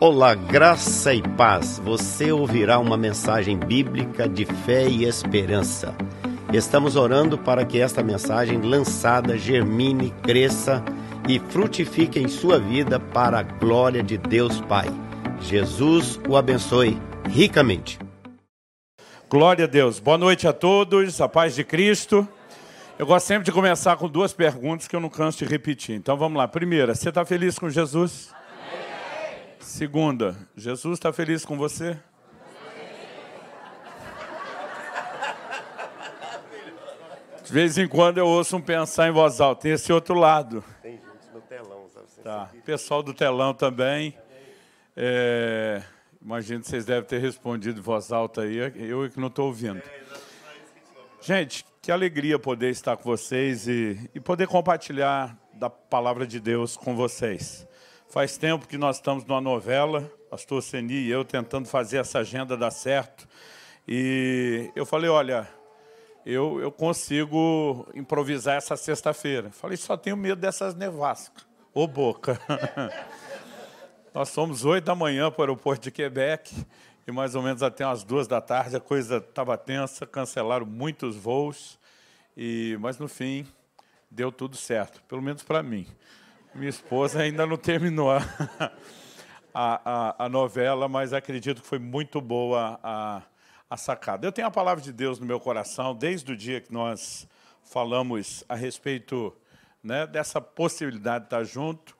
Olá, graça e paz. Você ouvirá uma mensagem bíblica de fé e esperança. Estamos orando para que esta mensagem lançada germine, cresça e frutifique em sua vida para a glória de Deus Pai. Jesus o abençoe ricamente. Glória a Deus. Boa noite a todos, a paz de Cristo. Eu gosto sempre de começar com duas perguntas que eu não canso de repetir. Então vamos lá. Primeira, você está feliz com Jesus? Amém. Segunda, Jesus está feliz com você? Amém. De vez em quando eu ouço um pensar em voz alta. Tem esse outro lado. Tem gente no telão, sabe? Tá. Pessoal do telão também. Imagino que vocês devem ter respondido em voz alta aí. Eu que não estou ouvindo. Gente, que alegria poder estar com vocês e poder compartilhar da palavra de Deus com vocês. Faz tempo que nós estamos numa novela, pastor Seni e eu, tentando fazer essa agenda dar certo. E eu falei, olha, eu consigo improvisar essa sexta-feira. Falei, só tenho medo dessas nevascas. Ô boca! Nós fomos 8 da manhã para o aeroporto de Quebec e mais ou menos até umas 2 da tarde a coisa estava tensa, cancelaram muitos voos, mas no fim deu tudo certo, pelo menos para mim. Minha esposa ainda não terminou a novela, mas acredito que foi muito boa a sacada. Eu tenho a palavra de Deus no meu coração desde o dia que nós falamos a respeito, né, dessa possibilidade de estar junto.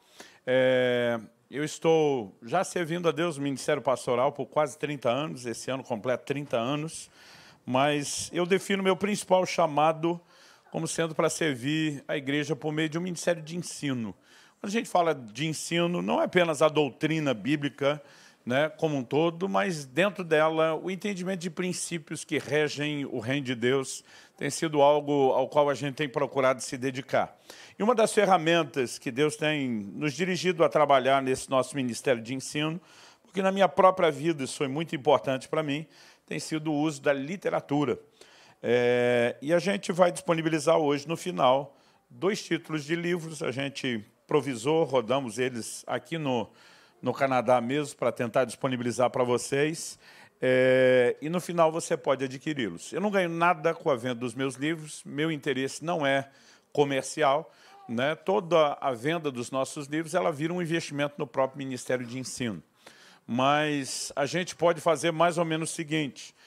Eu estou já servindo a Deus no Ministério Pastoral por quase 30 anos, esse ano completo 30 anos, mas eu defino meu principal chamado como sendo para servir a igreja por meio de um ministério de ensino. Quando a gente fala de ensino, não é apenas a doutrina bíblica, né, como um todo, mas dentro dela o entendimento de princípios que regem o reino de Deus tem sido algo ao qual a gente tem procurado se dedicar. E uma das ferramentas que Deus tem nos dirigido a trabalhar nesse nosso ministério de ensino, porque na minha própria vida isso foi muito importante para mim, tem sido o uso da literatura. E a gente vai disponibilizar hoje, no final, 2 títulos de livros. A gente provisou, rodamos eles aqui no Canadá mesmo, para tentar disponibilizar para vocês. E no final você pode adquiri-los. Eu não ganho nada com a venda dos meus livros, meu interesse não é comercial, né? Toda a venda dos nossos livros ela vira um investimento no próprio Ministério de Ensino. Mas a gente pode fazer mais ou menos o seguinte,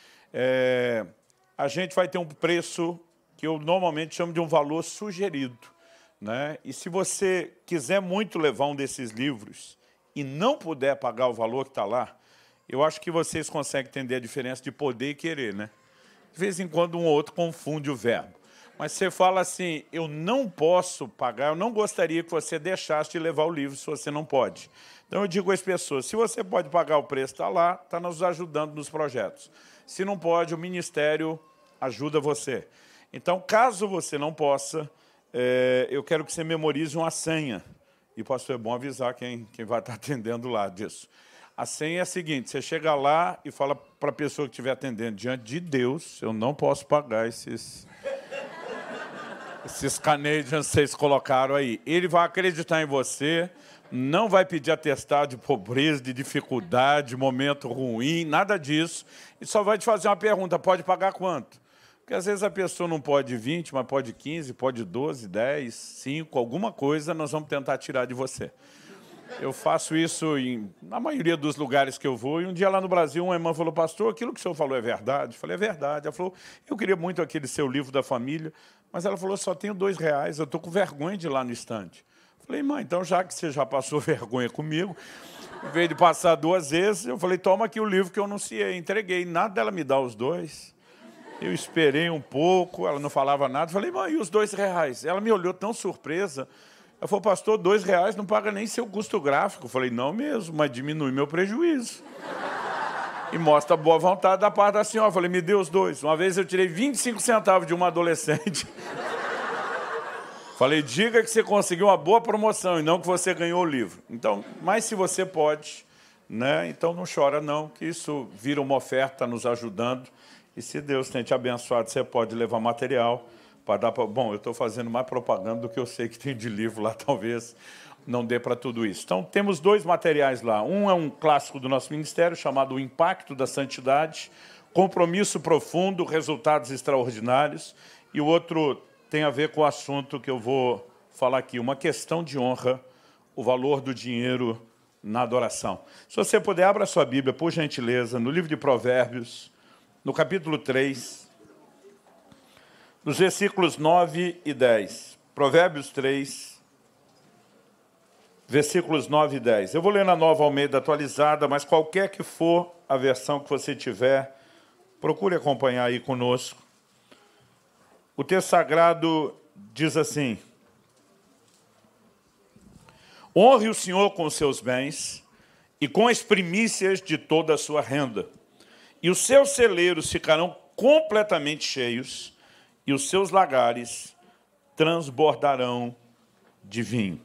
a gente vai ter um preço que eu normalmente chamo de um valor sugerido, né? E se você quiser muito levar um desses livros e não puder pagar o valor que está lá, eu acho que vocês conseguem entender a diferença de poder e querer, né? De vez em quando um ou outro confunde o verbo. Mas você fala assim, eu não posso pagar, eu não gostaria que você deixasse de levar o livro se você não pode. Então eu digo às pessoas, se você pode pagar o preço, está lá, está nos ajudando nos projetos. Se não pode, o Ministério ajuda você. Então, caso você não possa, eu quero que você memorize uma senha. E, pastor, é bom avisar quem vai estar atendendo lá disso. A senha é a seguinte, você chega lá e fala para a pessoa que estiver atendendo, diante de Deus, eu não posso pagar esses Canadians que vocês colocaram aí. Ele vai acreditar em você, não vai pedir atestado de pobreza, de dificuldade, de momento ruim, nada disso. E só vai te fazer uma pergunta, pode pagar quanto? Porque às vezes a pessoa não pode 20, mas pode 15, pode 12, 10, 5, alguma coisa nós vamos tentar tirar de você. Eu faço isso na maioria dos lugares que eu vou. E um dia lá no Brasil, uma irmã falou, pastor, aquilo que o senhor falou é verdade? Eu falei, é verdade. Ela falou, eu queria muito aquele seu livro da família, mas ela falou, só tenho R$2, eu estou com vergonha de ir lá no estande. Eu falei, mãe, então já que você já passou vergonha comigo, em vez de passar 2 vezes, eu falei, toma aqui o livro que eu anunciei. Entreguei, nada dela me dá os 2. Eu esperei um pouco, ela não falava nada. Eu falei, mãe, e os R$2? Ela me olhou tão surpresa. Ela falou, pastor, R$2 não paga nem seu custo gráfico. Eu falei, não mesmo, mas diminui meu prejuízo. E mostra boa vontade da parte da senhora. Eu falei, me dê os 2. Uma vez eu tirei 25 centavos de uma adolescente. Falei, diga que você conseguiu uma boa promoção e não que você ganhou o livro. Então, mas se você pode, né? Então não chora não, que isso vira uma oferta nos ajudando. E se Deus tem te abençoado, você pode levar material para dar para... Bom, eu estou fazendo mais propaganda do que eu sei que tem de livro lá, talvez. não dê para tudo isso. Então, temos 2 materiais lá. Um é um clássico do nosso ministério, chamado O Impacto da Santidade, Compromisso Profundo, Resultados Extraordinários. E o outro tem a ver com o assunto que eu vou falar aqui, uma questão de honra, o valor do dinheiro na adoração. Se você puder, abra sua Bíblia, por gentileza, no livro de Provérbios, no capítulo 3, nos versículos 9 e 10. Provérbios 3, versículos 9 e 10. Eu vou ler na Nova Almeida atualizada, mas qualquer que for a versão que você tiver, procure acompanhar aí conosco. O texto sagrado diz assim: honre o Senhor com os seus bens e com as primícias de toda a sua renda, e os seus celeiros ficarão completamente cheios, e os seus lagares transbordarão de vinho.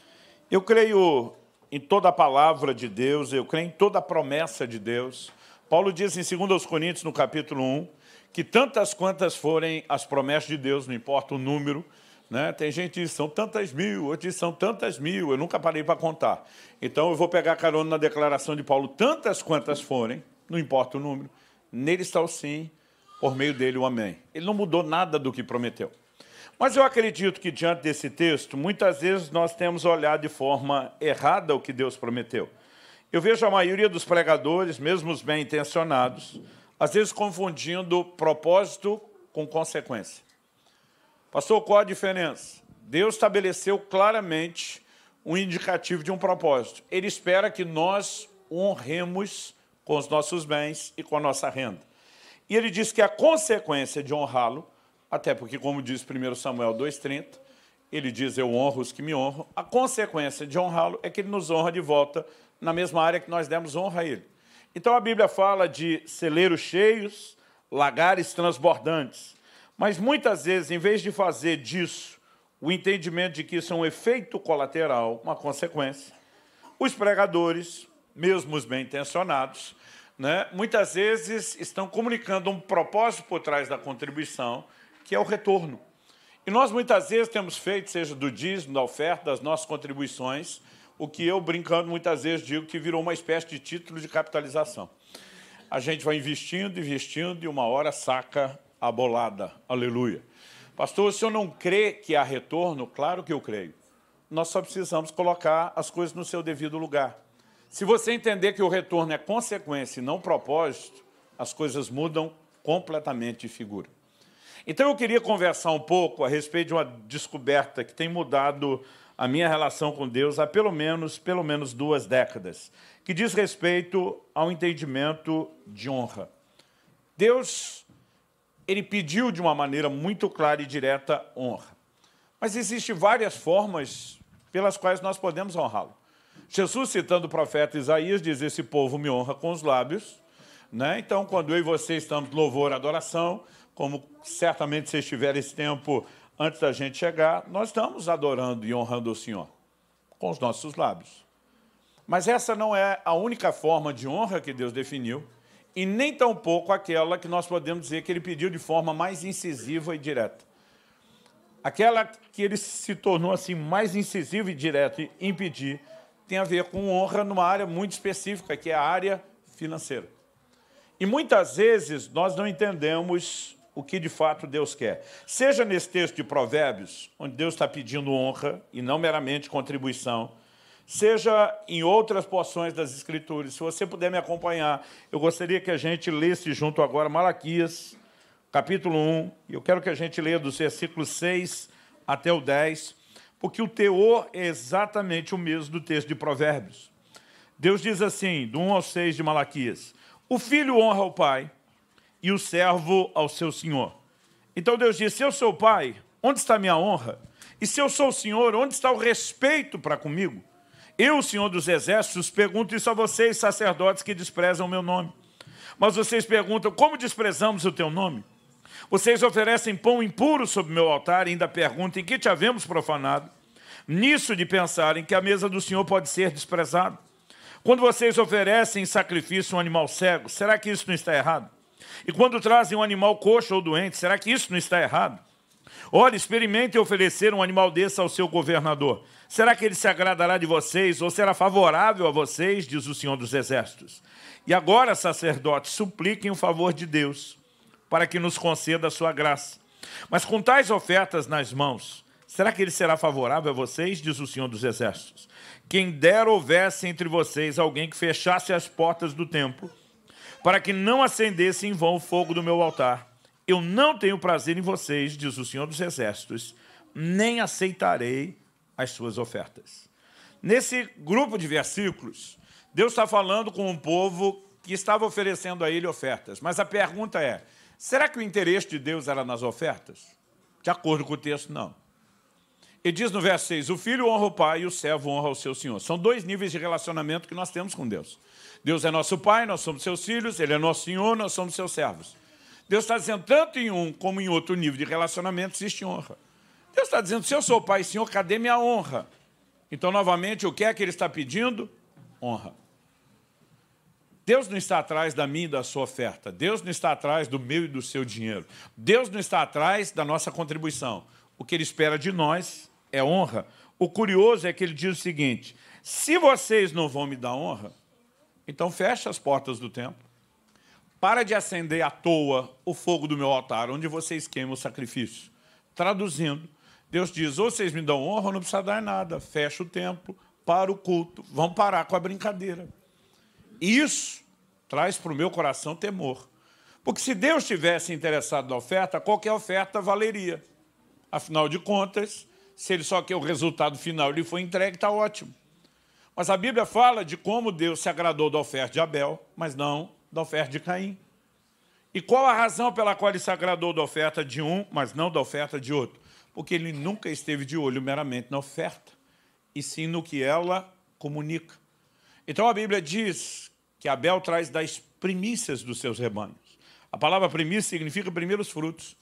Eu creio em toda a palavra de Deus, eu creio em toda a promessa de Deus. Paulo diz em 2 Coríntios, no capítulo 1, que tantas quantas forem as promessas de Deus, não importa o número, né? Tem gente que diz, são tantas mil, outros dizem, são tantas mil, eu nunca parei para contar. Então eu vou pegar carona na declaração de Paulo, tantas quantas forem, não importa o número, nele está o sim, por meio dele o amém. Ele não mudou nada do que prometeu. Mas eu acredito que diante desse texto, muitas vezes nós temos olhado de forma errada o que Deus prometeu. Eu vejo a maioria dos pregadores, mesmo os bem-intencionados, às vezes confundindo propósito com consequência. Pastor, qual a diferença? Deus estabeleceu claramente um indicativo de um propósito. Ele espera que nós o honremos com os nossos bens e com a nossa renda. E ele diz que a consequência de honrá-lo, até porque, como diz 1 Samuel 2,30, ele diz, eu honro os que me honram, a consequência de honrá-lo é que ele nos honra de volta na mesma área que nós demos honra a ele. Então a Bíblia fala de celeiros cheios, lagares transbordantes. Mas muitas vezes, em vez de fazer disso o entendimento de que isso é um efeito colateral, uma consequência, os pregadores, mesmo os bem-intencionados, né, muitas vezes estão comunicando um propósito por trás da contribuição, que é o retorno. E nós muitas vezes temos feito, seja do dízimo, da oferta, das nossas contribuições, o que eu, brincando, muitas vezes digo que virou uma espécie de título de capitalização. A gente vai investindo e uma hora saca a bolada. Aleluia. Pastor, o senhor não crê que há retorno? Claro que eu creio. Nós só precisamos colocar as coisas no seu devido lugar. Se você entender que o retorno é consequência e não propósito, as coisas mudam completamente de figura. Então eu queria conversar um pouco a respeito de uma descoberta que tem mudado a minha relação com Deus há pelo menos 2 décadas, que diz respeito ao entendimento de honra. Deus, ele pediu de uma maneira muito clara e direta honra. Mas existem várias formas pelas quais nós podemos honrá-lo. Jesus, citando o profeta Isaías, diz, esse povo me honra com os lábios, né? Então, quando eu e você estamos em louvor e adoração, como certamente vocês tiveram esse tempo antes da gente chegar, nós estamos adorando e honrando o Senhor com os nossos lábios. Mas essa não é a única forma de honra que Deus definiu, e nem tampouco aquela que nós podemos dizer que ele pediu de forma mais incisiva e direta. Aquela que ele se tornou assim mais incisivo e direto em pedir tem a ver com honra numa área muito específica, que é a área financeira. E muitas vezes nós não entendemos o que de fato Deus quer. Seja nesse texto de Provérbios, onde Deus está pedindo honra e não meramente contribuição, seja em outras porções das Escrituras. Se você puder me acompanhar, eu gostaria que a gente lesse junto agora Malaquias, capítulo 1, e eu quero que a gente leia dos versículos 6 até o 10, porque o teor é exatamente o mesmo do texto de Provérbios. Deus diz assim, do 1 ao 6 de Malaquias, o filho honra o pai e o servo ao seu senhor. Então Deus diz, se eu sou o pai, onde está a minha honra? E se eu sou o senhor, onde está o respeito para comigo? Eu, o Senhor dos Exércitos, pergunto isso a vocês, sacerdotes que desprezam o meu nome. Mas vocês perguntam, como desprezamos o teu nome? Vocês oferecem pão impuro sobre o meu altar e ainda perguntam, em que te havemos profanado? Nisso de pensarem que a mesa do Senhor pode ser desprezada. Quando vocês oferecem em sacrifício um animal cego, será que isso não está errado? E quando trazem um animal coxo ou doente, será que isso não está errado? Olha, experimente oferecer um animal desse ao seu governador. Será que ele se agradará de vocês ou será favorável a vocês, diz o Senhor dos Exércitos. E agora, sacerdotes, supliquem o favor de Deus, para que nos conceda a sua graça. Mas com tais ofertas nas mãos, será que ele será favorável a vocês, diz o Senhor dos Exércitos. Quem dera houvesse entre vocês alguém que fechasse as portas do templo, para que não acendesse em vão o fogo do meu altar. Eu não tenho prazer em vocês, diz o Senhor dos Exércitos, nem aceitarei as suas ofertas. Nesse grupo de versículos, Deus está falando com um povo que estava oferecendo a ele ofertas. Mas a pergunta é, será que o interesse de Deus era nas ofertas? De acordo com o texto, não. Ele diz no verso 6, o filho honra o pai e o servo honra o seu senhor. São dois níveis de relacionamento que nós temos com Deus. Deus é nosso pai, nós somos seus filhos, ele é nosso senhor, nós somos seus servos. Deus está dizendo, tanto em um como em outro nível de relacionamento existe honra. Deus está dizendo, se eu sou pai e senhor, cadê minha honra? Então, novamente, o que é que ele está pedindo? Honra. Deus não está atrás da minha e da sua oferta. Deus não está atrás do meu e do seu dinheiro. Deus não está atrás da nossa contribuição. O que ele espera de nós é honra. O curioso é que ele diz o seguinte, se vocês não vão me dar honra, então fecha as portas do templo. Para de acender à toa o fogo do meu altar, onde vocês queimam o sacrifício. Traduzindo, Deus diz, ou vocês me dão honra ou não precisa dar nada. Fecha o templo, para o culto, vão parar com a brincadeira. Isso traz para o meu coração temor. Porque se Deus tivesse interessado na oferta, qualquer oferta valeria. Afinal de contas, se ele só quer o resultado final, ele foi entregue, está ótimo. Mas a Bíblia fala de como Deus se agradou da oferta de Abel, mas não da oferta de Caim. E qual a razão pela qual ele se agradou da oferta de um, mas não da oferta de outro? Porque ele nunca esteve de olho meramente na oferta, e sim no que ela comunica. Então a Bíblia diz que Abel traz das primícias dos seus rebanhos. A palavra primícia significa primeiros frutos.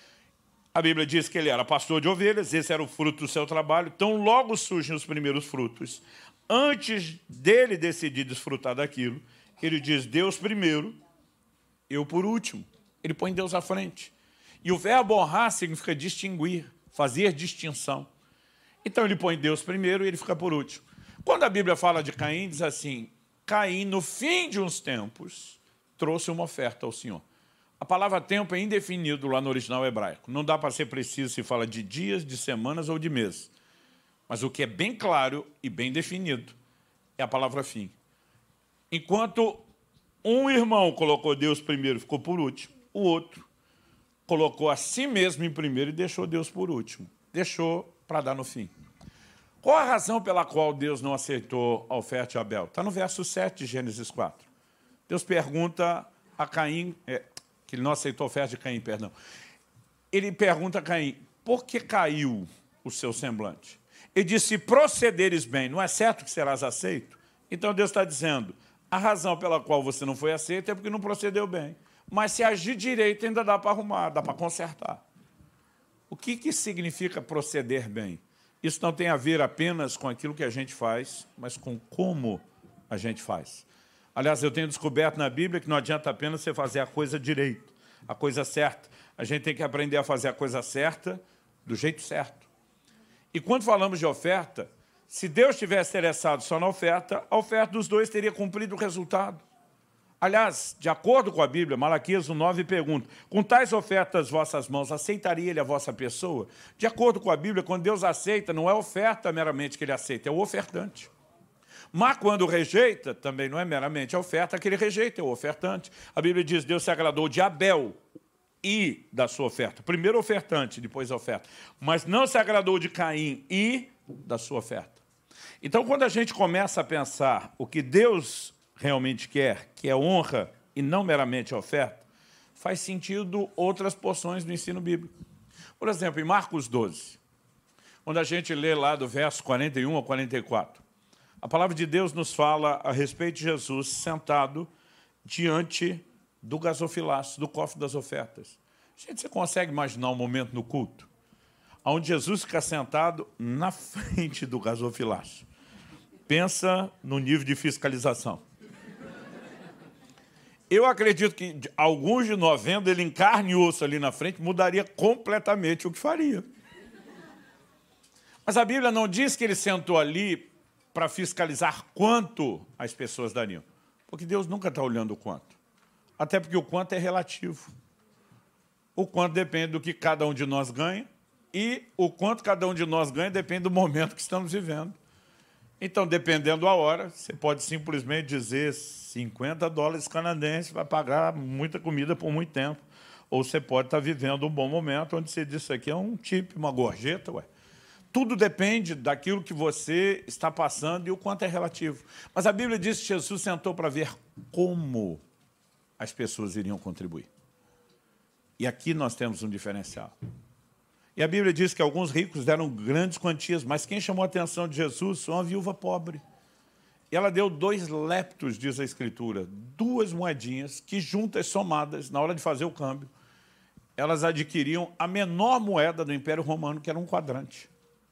A Bíblia diz que ele era pastor de ovelhas, esse era o fruto do seu trabalho, então logo surgem os primeiros frutos. Antes dele decidir desfrutar daquilo, ele diz, Deus primeiro, eu por último. Ele põe Deus à frente. E o verbo honrar significa distinguir, fazer distinção. Então ele põe Deus primeiro e ele fica por último. Quando a Bíblia fala de Caim, diz assim, Caim, no fim de uns tempos, trouxe uma oferta ao Senhor. A palavra tempo é indefinido lá no original hebraico. Não dá para ser preciso se fala de dias, de semanas ou de meses. Mas o que é bem claro e bem definido é a palavra fim. Enquanto um irmão colocou Deus primeiro e ficou por último, o outro colocou a si mesmo em primeiro e deixou Deus por último. Deixou para dar no fim. Qual a razão pela qual Deus não aceitou a oferta de Abel? Está no verso 7 de Gênesis 4. Deus pergunta a Caim, que ele não aceitou a oferta de Caim, perdão. Ele pergunta a Caim, por que caiu o seu semblante? Ele diz, se procederes bem, não é certo que serás aceito? Então Deus está dizendo, a razão pela qual você não foi aceito é porque não procedeu bem. Mas se agir direito ainda dá para arrumar, dá para consertar. O que significa proceder bem? Isso não tem a ver apenas com aquilo que a gente faz, mas com como a gente faz. Aliás, eu tenho descoberto na Bíblia que não adianta apenas você fazer a coisa direito, a coisa certa. A gente tem que aprender a fazer a coisa certa do jeito certo. E quando falamos de oferta, se Deus tivesse interessado só na oferta, a oferta dos dois teria cumprido o resultado. Aliás, de acordo com a Bíblia, Malaquias 1:9 pergunta, com tais ofertas vossas mãos, aceitaria ele a vossa pessoa? De acordo com a Bíblia, quando Deus aceita, não é a oferta meramente que ele aceita, é o ofertante. Mas quando rejeita, também não é meramente a oferta que ele rejeita, é o ofertante. A Bíblia diz, Deus se agradou de Abel e da sua oferta. Primeiro ofertante, depois a oferta. Mas não se agradou de Caim e da sua oferta. Então, quando a gente começa a pensar o que Deus realmente quer, que é honra e não meramente oferta, faz sentido outras porções do ensino bíblico. Por exemplo, em Marcos 12, quando a gente lê lá do verso 41 ao 44, a palavra de Deus nos fala a respeito de Jesus sentado diante do gasofilaço, do cofre das ofertas. Gente, você consegue imaginar um momento no culto onde Jesus fica sentado na frente do gasofilaço? Pensa no nível de fiscalização. Eu acredito que alguns de nós, vendo ele em carne e osso ali na frente, mudaria completamente o que faria. Mas a Bíblia não diz que ele sentou ali para fiscalizar quanto as pessoas dariam. Porque Deus nunca está olhando o quanto. Até porque o quanto é relativo. O quanto depende do que cada um de nós ganha, e o quanto cada um de nós ganha depende do momento que estamos vivendo. Então, dependendo da hora, você pode simplesmente dizer $50 canadenses, vai pagar muita comida por muito tempo. Ou você pode estar vivendo um bom momento, onde você diz, isso aqui é um tipo, uma gorjeta, ué. Tudo depende daquilo que você está passando e o quanto é relativo. Mas a Bíblia diz que Jesus sentou para ver como as pessoas iriam contribuir. E aqui nós temos um diferencial. E a Bíblia diz que alguns ricos deram grandes quantias, mas quem chamou a atenção de Jesus foi uma viúva pobre. E ela deu 2 leptos, diz a Escritura, 2 moedinhas que juntas, somadas, na hora de fazer o câmbio, elas adquiriam a menor moeda do Império Romano, que era um quadrante.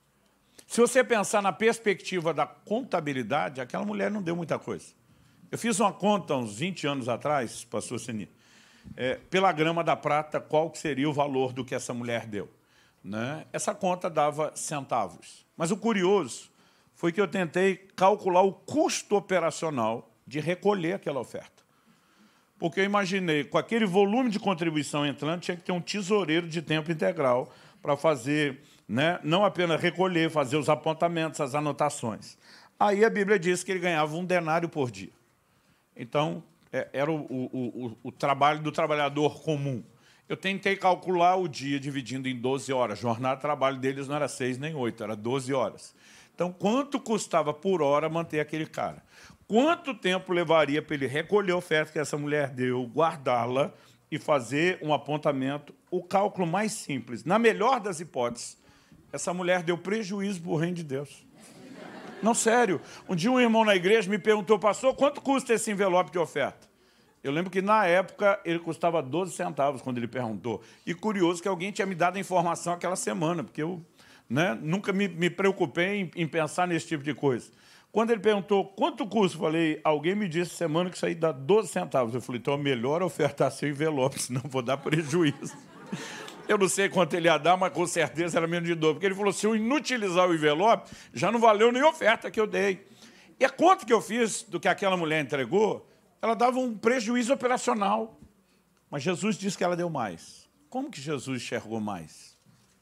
Se você pensar na perspectiva da contabilidade, aquela mulher não deu muita coisa. Eu fiz uma conta uns 20 anos atrás, pastor Seni, pela grama da prata, qual que seria o valor do que essa mulher deu. Né? Essa conta dava centavos. Mas o curioso foi que eu tentei calcular o custo operacional de recolher aquela oferta. Porque eu imaginei, com aquele volume de contribuição entrando, tinha que ter um tesoureiro de tempo integral para fazer, né, não apenas recolher, fazer os apontamentos, as anotações. Aí a Bíblia diz que ele ganhava 1 denário por dia. Então, era o trabalho do trabalhador comum. Eu tentei calcular o dia dividindo em 12 horas. A jornada de trabalho deles não era 6 nem 8, era 12 horas. Então, quanto custava por hora manter aquele cara? Quanto tempo levaria para ele recolher a oferta que essa mulher deu, guardá-la e fazer um apontamento? O cálculo mais simples, na melhor das hipóteses, essa mulher deu prejuízo para o reino de Deus. Não, sério. Um dia um irmão na igreja me perguntou, pastor, quanto custa esse envelope de oferta? Eu lembro que, na época, ele custava 12 centavos quando ele perguntou. E curioso que alguém tinha me dado a informação aquela semana, porque eu, né, nunca me preocupei em pensar nesse tipo de coisa. Quando ele perguntou quanto custa, eu falei, alguém me disse semana que isso aí dá 12 centavos. Eu falei, então é melhor ofertar seu envelope, senão vou dar prejuízo. Eu não sei quanto ele ia dar, mas com certeza era menos de 12. Porque ele falou, se eu inutilizar o envelope, já não valeu nem a oferta que eu dei. E a conta que eu fiz do que aquela mulher entregou, ela dava um prejuízo operacional. Mas Jesus disse que ela deu mais. Como que Jesus enxergou mais?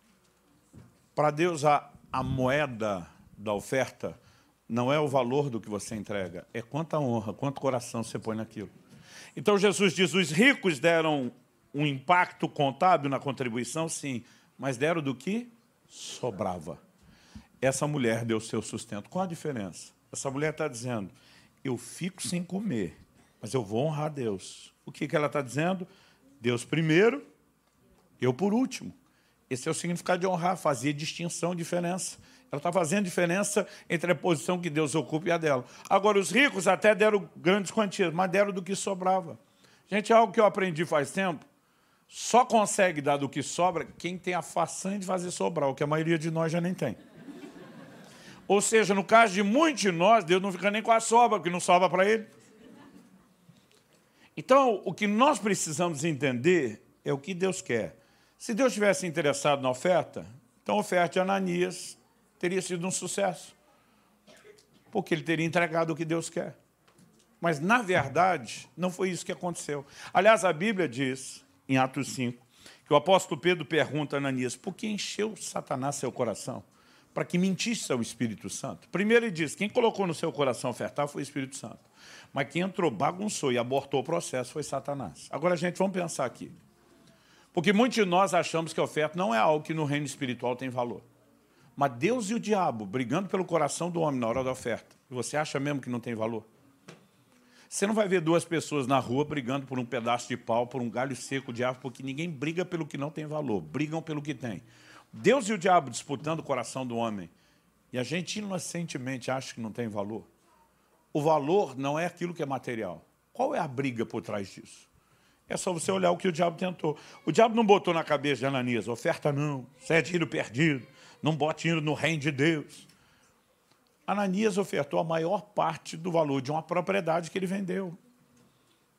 Para Deus, a moeda da oferta não é o valor do que você entrega, é quanta honra, quanto coração você põe naquilo. Então Jesus diz, os ricos deram um impacto contábil na contribuição, sim, mas deram do que sobrava. Essa mulher deu seu sustento. Qual a diferença? Essa mulher está dizendo, eu fico sem comer, mas eu vou honrar Deus. O que ela está dizendo? Deus primeiro, eu por último. Esse é o significado de honrar, fazer distinção, diferença. Ela está fazendo diferença entre a posição que Deus ocupa e a dela. Agora, os ricos até deram grandes quantias, mas deram do que sobrava. Gente, é algo que eu aprendi faz tempo. Só consegue dar do que sobra quem tem a façanha de fazer sobrar, o que a maioria de nós já nem tem. Ou seja, no caso de muitos de nós, Deus não fica nem com a sobra, porque não sobra para ele. Então, o que nós precisamos entender é o que Deus quer. Se Deus tivesse interessado na oferta, então a oferta de Ananias teria sido um sucesso, porque ele teria entregado o que Deus quer. Mas, na verdade, não foi isso que aconteceu. Aliás, a Bíblia diz, em Atos 5, que o apóstolo Pedro pergunta a Ananias, por que encheu Satanás seu coração? Para que mentisse ao Espírito Santo. Primeiro ele diz, quem colocou no seu coração ofertar foi o Espírito Santo. Mas quem entrou, bagunçou e abortou o processo foi Satanás. Agora, gente, vamos pensar aqui. Porque muitos de nós achamos que a oferta não é algo que no reino espiritual tem valor. Mas Deus e o diabo brigando pelo coração do homem na hora da oferta. E você acha mesmo que não tem valor? Você não vai ver 2 pessoas na rua brigando por um pedaço de pau, por um galho seco de árvore, porque ninguém briga pelo que não tem valor, brigam pelo que tem. Deus e o diabo disputando o coração do homem. E a gente inocentemente acha que não tem valor. O valor não é aquilo que é material. Qual é a briga por trás disso? É só você olhar o que o diabo tentou. O diabo não botou na cabeça de Ananias, oferta não, isso é dinheiro perdido, não bote dinheiro no reino de Deus. Ananias ofertou a maior parte do valor de uma propriedade que ele vendeu.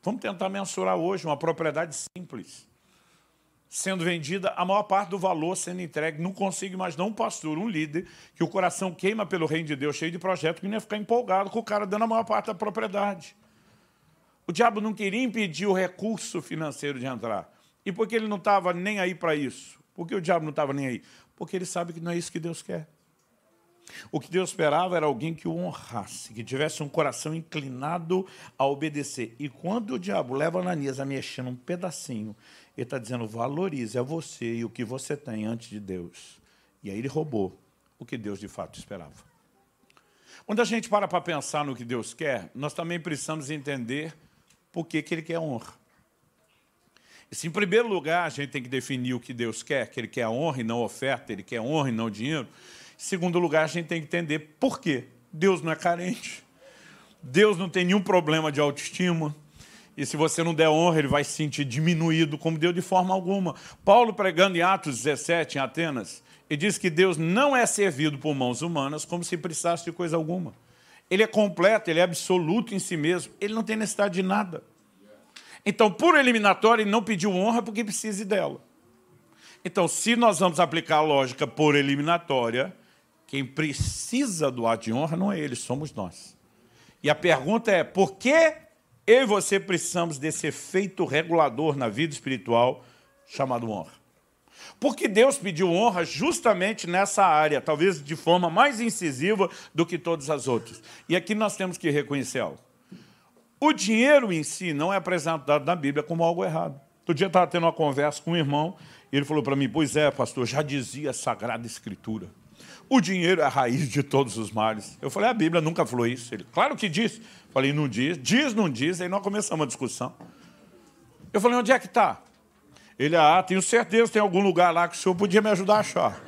Vamos tentar mensurar hoje uma propriedade simples, sendo vendida, a maior parte do valor sendo entregue. Não consigo imaginar um pastor, um líder, que o coração queima pelo reino de Deus, cheio de projeto, que nem ia ficar empolgado com o cara dando a maior parte da propriedade. O diabo não queria impedir o recurso financeiro de entrar. E por que ele não estava nem aí para isso? Por que o diabo não estava nem aí? Porque ele sabe que não é isso que Deus quer. O que Deus esperava era alguém que o honrasse, que tivesse um coração inclinado a obedecer. E quando o diabo leva Ananias a mexer num pedacinho, ele está dizendo, valorize a você e o que você tem antes de Deus. E aí ele roubou o que Deus de fato esperava. Quando a gente para pensar no que Deus quer, nós também precisamos entender por que Ele quer honra. E se, em primeiro lugar, a gente tem que definir o que Deus quer, que Ele quer honra e não oferta, Ele quer honra e não dinheiro. Em segundo lugar, a gente tem que entender por quê. Deus não é carente. Deus não tem nenhum problema de autoestima. E se você não der honra, Ele vai se sentir diminuído, como Deus de forma alguma. Paulo, pregando em Atos 17, em Atenas, ele diz que Deus não é servido por mãos humanas como se precisasse de coisa alguma. Ele é completo, Ele é absoluto em si mesmo. Ele não tem necessidade de nada. Então, por eliminatório, Ele não pediu honra porque precise dela. Então, se nós vamos aplicar a lógica por eliminatória, quem precisa do ato de honra não é Ele, somos nós. E a pergunta é, por que eu e você precisamos desse efeito regulador na vida espiritual chamado honra? Porque Deus pediu honra justamente nessa área, talvez de forma mais incisiva do que todas as outras. E aqui nós temos que reconhecer algo. O dinheiro em si não é apresentado na Bíblia como algo errado. Outro dia eu estava tendo uma conversa com um irmão, e ele falou para mim, pois é, pastor, já dizia a Sagrada Escritura. O dinheiro é a raiz de todos os males. Eu falei, a Bíblia nunca falou isso. Ele, claro que diz. Eu falei, não diz, não diz. Aí nós começamos uma discussão. Eu falei, onde é que está? Ele, tenho certeza, tem algum lugar lá que o senhor podia me ajudar a achar.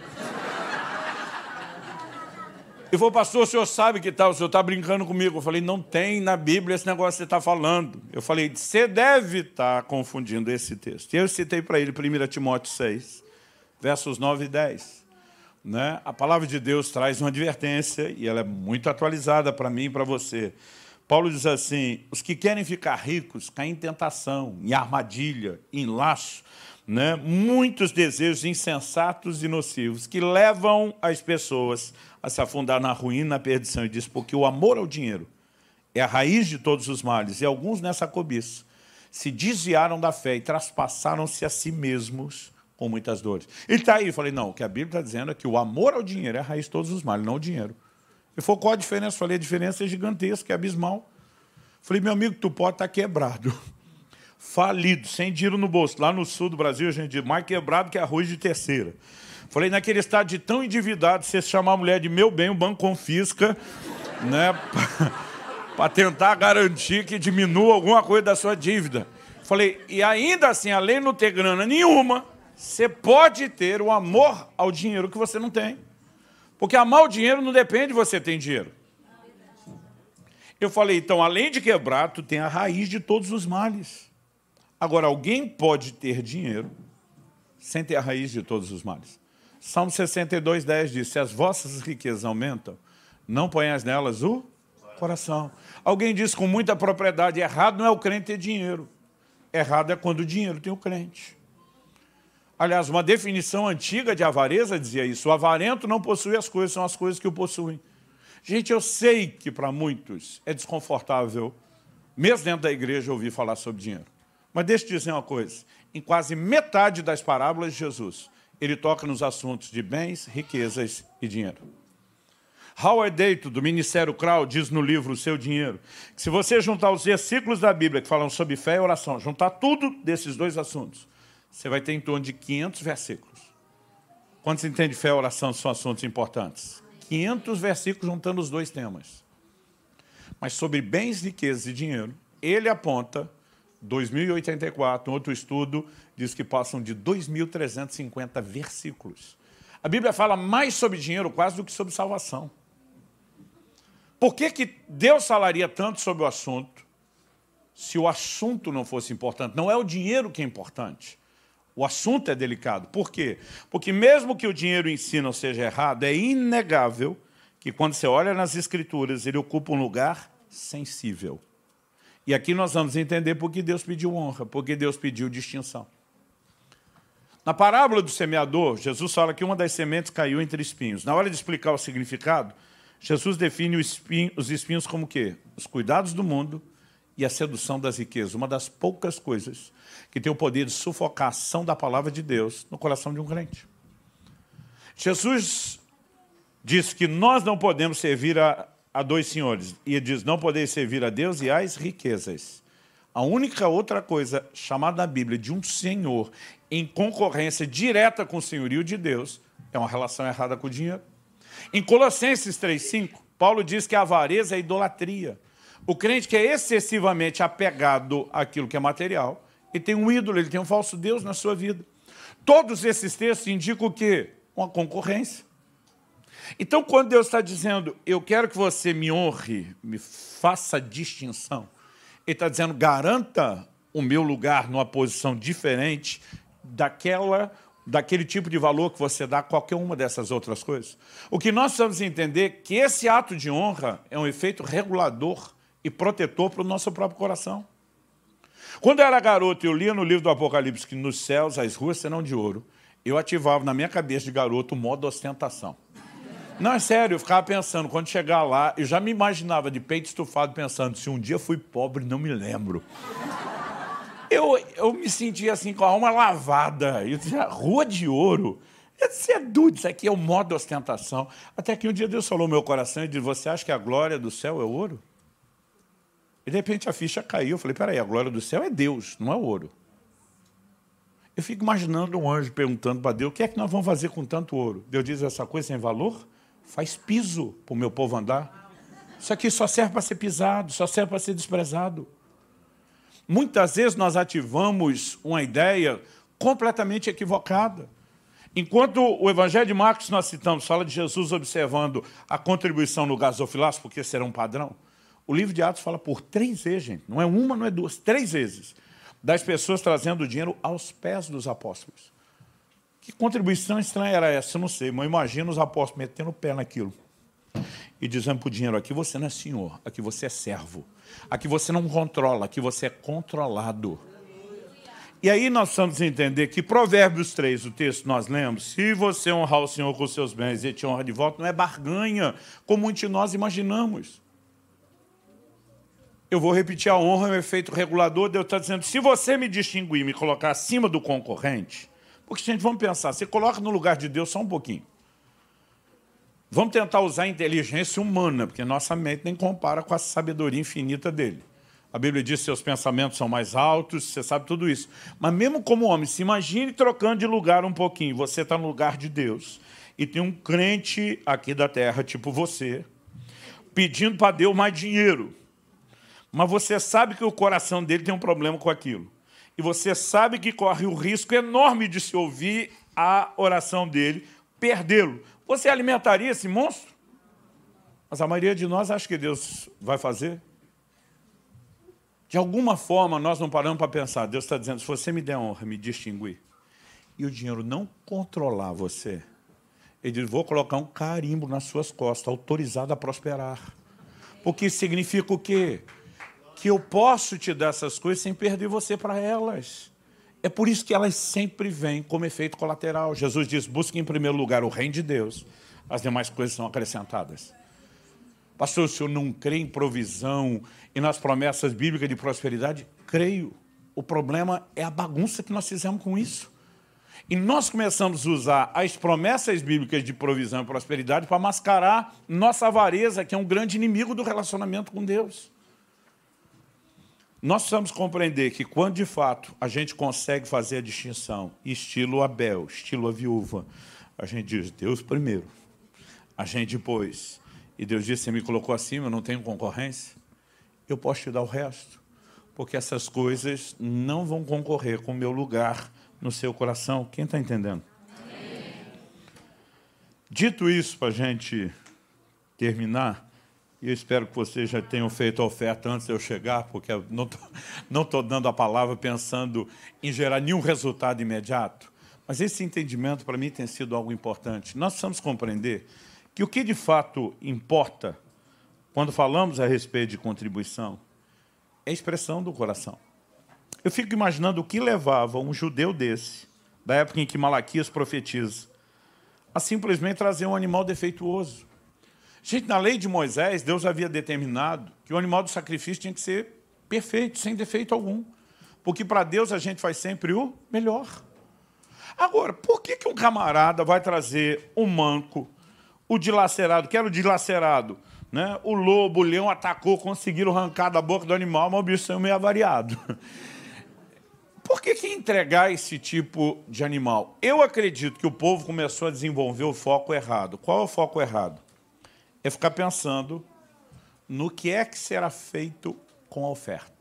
Ele falou, pastor, o senhor sabe que tal? O senhor está brincando comigo. Eu falei, não tem na Bíblia esse negócio que você está falando. Eu falei, você deve estar confundindo esse texto. E eu citei para ele 1 Timóteo 6, versos 9 e 10. Né? A palavra de Deus traz uma advertência, e ela é muito atualizada para mim e para você. Paulo diz assim, os que querem ficar ricos caem em tentação, em armadilha, em laço, né? Muitos desejos insensatos e nocivos que levam as pessoas a se afundar na ruína e na perdição. E diz, porque o amor ao dinheiro é a raiz de todos os males. E alguns nessa cobiça se desviaram da fé e traspassaram-se a si mesmos com muitas dores. Ele está aí, eu falei, não, o que a Bíblia está dizendo é que o amor ao dinheiro é a raiz de todos os males, não o dinheiro. Ele falou, qual a diferença? Eu falei, a diferença é gigantesca, é abismal. Eu falei, meu amigo, tu pode estar quebrado, falido, sem dinheiro no bolso. Lá no sul do Brasil, a gente diz, mais quebrado que arroz de terceira. Eu falei, naquele estado de tão endividado, se você chamar a mulher de meu bem, o banco confisca, né, para tentar garantir que diminua alguma coisa da sua dívida. Eu falei, e ainda assim, além de não ter grana nenhuma, você pode ter o amor ao dinheiro que você não tem. Porque amar o dinheiro não depende de você ter dinheiro. Eu falei, então, além de quebrar, tu tem a raiz de todos os males. Agora, alguém pode ter dinheiro sem ter a raiz de todos os males. Salmo 62, 10 diz, se as vossas riquezas aumentam, não ponhais nelas o coração. Alguém diz com muita propriedade, errado não é o crente ter dinheiro. Errado é quando o dinheiro tem o crente. Aliás, uma definição antiga de avareza dizia isso. O avarento não possui as coisas, são as coisas que o possuem. Gente, eu sei que para muitos é desconfortável, mesmo dentro da igreja, ouvir falar sobre dinheiro. Mas deixa eu dizer uma coisa. Em quase metade das parábolas de Jesus, ele toca nos assuntos de bens, riquezas e dinheiro. Howard Dayton, do Ministério Crowd, diz no livro O Seu Dinheiro, que se você juntar os versículos da Bíblia que falam sobre fé e oração, juntar tudo desses dois assuntos, você vai ter em torno de 500 versículos. Quando você entende fé e oração são assuntos importantes? 500 versículos juntando os dois temas. Mas sobre bens, riquezas e dinheiro, ele aponta 2084, um outro estudo diz que passam de 2.350 versículos. A Bíblia fala mais sobre dinheiro quase do que sobre salvação. Por que Deus falaria tanto sobre o assunto se o assunto não fosse importante? Não é o dinheiro que é importante. O assunto é delicado. Por quê? Porque mesmo que o dinheiro em si não seja errado, é inegável que quando você olha nas Escrituras, ele ocupa um lugar sensível. E aqui nós vamos entender por que Deus pediu honra, porque Deus pediu distinção. Na parábola do semeador, Jesus fala que uma das sementes caiu entre espinhos. Na hora de explicar o significado, Jesus define os espinhos como o quê? Os cuidados do mundo e a sedução das riquezas. Uma das poucas coisas que tem o poder de sufocar a ação da palavra de Deus no coração de um crente. Jesus diz que nós não podemos servir a dois senhores. E ele diz, não podeis servir a Deus e às riquezas. A única outra coisa chamada na Bíblia de um senhor em concorrência direta com o senhorio de Deus é uma relação errada com o dinheiro. Em Colossenses 3,5, Paulo diz que a avareza é idolatria. O crente que é excessivamente apegado àquilo que é material, ele tem um ídolo, ele tem um falso Deus na sua vida. Todos esses textos indicam o quê? Uma concorrência. Então, quando Deus está dizendo, eu quero que você me honre, me faça distinção, Ele está dizendo, garanta o meu lugar numa posição diferente daquele tipo de valor que você dá a qualquer uma dessas outras coisas. O que nós precisamos entender é que esse ato de honra é um efeito regulador e protetor para o nosso próprio coração. Quando eu era garoto, eu lia no livro do Apocalipse que nos céus as ruas serão de ouro. Eu ativava na minha cabeça de garoto o modo ostentação. Não, é sério, eu ficava pensando, quando chegar lá, eu já me imaginava de peito estufado pensando, se um dia fui pobre, não me lembro. Eu me sentia assim, com a alma lavada. Eu dizia, rua de ouro. Você é doido, isso aqui é o modo ostentação. Até que um dia Deus falou no meu coração e disse, você acha que a glória do céu é ouro? E de repente a ficha caiu. Eu falei, peraí, a glória do céu é Deus, não é ouro. Eu fico imaginando um anjo perguntando para Deus, o que é que nós vamos fazer com tanto ouro? Deus diz, essa coisa sem valor? Faz piso para o meu povo andar. Isso aqui só serve para ser pisado, só serve para ser desprezado. Muitas vezes nós ativamos uma ideia completamente equivocada. Enquanto o Evangelho de Marcos, nós citamos, fala de Jesus observando a contribuição no gasofilaço, porque será um padrão, o livro de Atos fala por 3 vezes, gente, não é uma, não é 2, 3 vezes, das pessoas trazendo dinheiro aos pés dos apóstolos. Que contribuição estranha era essa? Eu não sei, mas eu imagino os apóstolos metendo o pé naquilo e dizendo para o dinheiro, aqui você não é senhor, aqui você é servo, aqui você não controla, aqui você é controlado. E aí nós precisamos entender que Provérbios 3, o texto que nós lemos, se você honrar o Senhor com os seus bens e ele te honra de volta, não é barganha, como muitos de nós imaginamos. Eu vou repetir, a honra é um efeito regulador. Deus está dizendo, se você me distinguir, me colocar acima do concorrente, porque, gente, vamos pensar, você coloca no lugar de Deus só um pouquinho. Vamos tentar usar a inteligência humana, porque nossa mente nem compara com a sabedoria infinita dele. A Bíblia diz que seus pensamentos são mais altos, você sabe tudo isso. Mas mesmo como homem, se imagine trocando de lugar um pouquinho. Você está no lugar de Deus e tem um crente aqui da terra, tipo você, pedindo para Deus mais dinheiro. Mas você sabe que o coração dele tem um problema com aquilo. E você sabe que corre o risco enorme de se ouvir a oração dele, perdê-lo. Você alimentaria esse monstro? Mas a maioria de nós acha que Deus vai fazer. De alguma forma, nós não paramos para pensar. Deus está dizendo, se você me der honra, me distinguir, e o dinheiro não controlar você, ele diz, vou colocar um carimbo nas suas costas, autorizado a prosperar. Porque isso significa o quê? Que eu posso te dar essas coisas sem perder você para elas. É por isso que elas sempre vêm como efeito colateral. Jesus diz, busque em primeiro lugar o reino de Deus, as demais coisas são acrescentadas. Pastor, o senhor não crê em provisão e nas promessas bíblicas de prosperidade? Creio. O problema é a bagunça que nós fizemos com isso. E nós começamos a usar as promessas bíblicas de provisão e prosperidade para mascarar nossa avareza, que é um grande inimigo do relacionamento com Deus. Nós precisamos compreender que quando, de fato, a gente consegue fazer a distinção, estilo Abel, estilo a viúva, a gente diz, Deus primeiro, a gente depois. E Deus diz, você me colocou acima, eu não tenho concorrência, eu posso te dar o resto, porque essas coisas não vão concorrer com o meu lugar no seu coração. Quem está entendendo? Amém. Dito isso, para a gente terminar, e eu espero que vocês já tenham feito a oferta antes de eu chegar, porque eu não estou dando a palavra pensando em gerar nenhum resultado imediato. Mas esse entendimento, para mim, tem sido algo importante. Nós precisamos compreender que o que de fato importa, quando falamos a respeito de contribuição, é a expressão do coração. Eu fico imaginando o que levava um judeu desse, da época em que Malaquias profetiza, a simplesmente trazer um animal defeituoso. Gente, na lei de Moisés, Deus havia determinado que o animal do sacrifício tinha que ser perfeito, sem defeito algum. Porque para Deus a gente faz sempre o melhor. Agora, por que um camarada vai trazer um manco, o dilacerado, que era o dilacerado, né? O lobo, o leão atacou, conseguiram arrancar da boca do animal, mas o bicho saiu meio avariado. Por que entregar esse tipo de animal? Eu acredito que o povo começou a desenvolver o foco errado. Qual é o foco errado? É ficar pensando no que é que será feito com a oferta.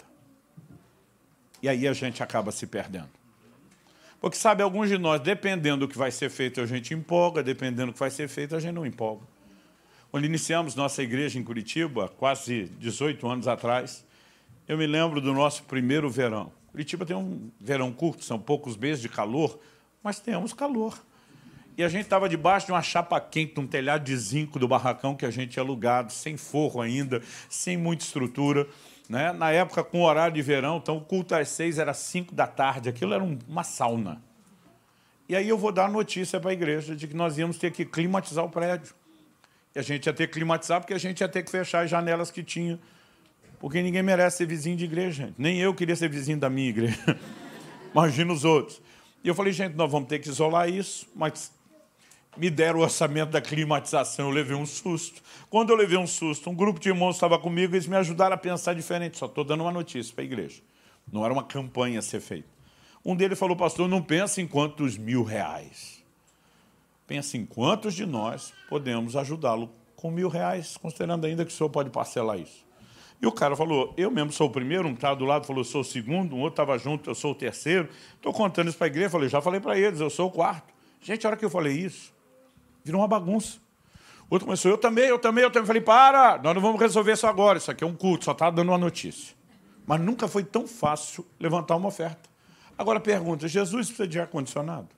E aí a gente acaba se perdendo. Porque, sabe, alguns de nós, dependendo do que vai ser feito, a gente empolga, dependendo do que vai ser feito, a gente não empolga. Quando iniciamos nossa igreja em Curitiba, quase 18 anos atrás, eu me lembro do nosso primeiro verão. Curitiba tem um verão curto, são poucos meses de calor, mas temos calor. E a gente estava debaixo de uma chapa quente, um telhado de zinco do barracão que a gente tinha alugado, sem forro ainda, sem muita estrutura, né? Na época, com horário de verão, então o culto às 6 era 5 da tarde, aquilo era uma sauna. E aí eu vou dar a notícia para a igreja de que nós íamos ter que climatizar o prédio. E a gente ia ter que climatizar porque a gente ia ter que fechar as janelas que tinha. Porque ninguém merece ser vizinho de igreja, gente. Nem eu queria ser vizinho da minha igreja. Imagina os outros. E eu falei, gente, nós vamos ter que isolar isso, mas me deram o orçamento da climatização, eu levei um susto. Quando eu levei um susto, um grupo de irmãos estava comigo, eles me ajudaram a pensar diferente. Só estou dando uma notícia para a igreja. Não era uma campanha a ser feita. Um deles falou, pastor, não pensa em quantos R$1.000. Pensa em quantos de nós podemos ajudá-lo com R$1.000, considerando ainda que o senhor pode parcelar isso. E o cara falou, eu mesmo sou o primeiro, um estava do lado falou, eu sou o segundo, um outro estava junto, eu sou o terceiro. Estou contando isso para a igreja, falei, já falei para eles, eu sou o quarto. Gente, a hora que eu falei isso, virou uma bagunça. O outro começou, eu também. Falei, para, nós não vamos resolver isso agora, isso aqui é um culto, só está dando uma notícia. Mas nunca foi tão fácil levantar uma oferta. Agora pergunta, Jesus precisa de ar-condicionado?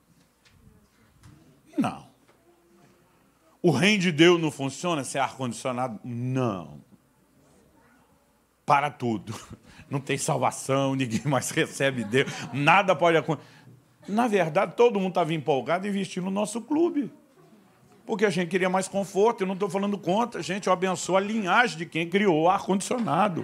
Não. O reino de Deus não funciona sem ar-condicionado? Não. Para tudo. Não tem salvação, ninguém mais recebe Deus, nada pode acontecer. Na verdade, todo mundo estava empolgado em investir no nosso clube. Porque a gente queria mais conforto, eu não estou falando contra, gente, eu abençoo a linhagem de quem criou o ar-condicionado.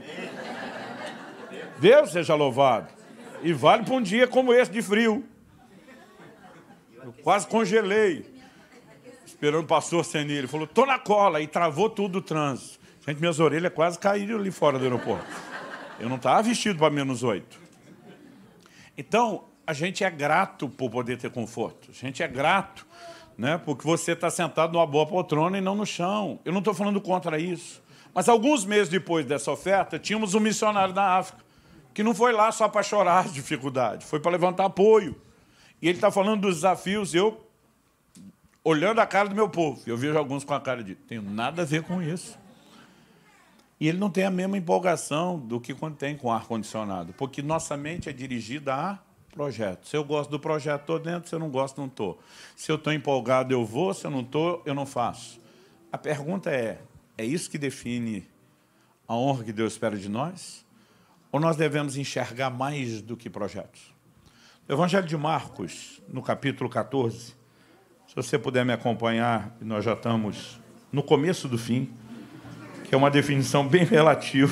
Deus seja louvado. E vale para um dia como esse de frio. Eu quase congelei. Esperando o pastor Senir, ele falou, estou na cola, e travou tudo o trânsito. Gente, minhas orelhas quase caíram ali fora do aeroporto. Eu não estava vestido para -8. Então, a gente é grato por poder ter conforto. A gente é grato, né, porque você está sentado numa boa poltrona e não no chão. Eu não estou falando contra isso. Mas alguns meses depois dessa oferta, tínhamos um missionário da África, que não foi lá só para chorar as dificuldades, foi para levantar apoio. E ele está falando dos desafios, eu, olhando a cara do meu povo, eu vejo alguns com a cara de, tenho nada a ver com isso. E ele não tem a mesma empolgação do que quando tem com ar-condicionado, porque nossa mente é dirigida a projeto. Se eu gosto do projeto, estou dentro, se eu não gosto, não estou. Se eu estou empolgado, eu vou, se eu não estou, eu não faço. A pergunta é isso que define a honra que Deus espera de nós? Ou nós devemos enxergar mais do que projetos? O Evangelho de Marcos, no capítulo 14, se você puder me acompanhar, nós já estamos no começo do fim, que é uma definição bem relativa.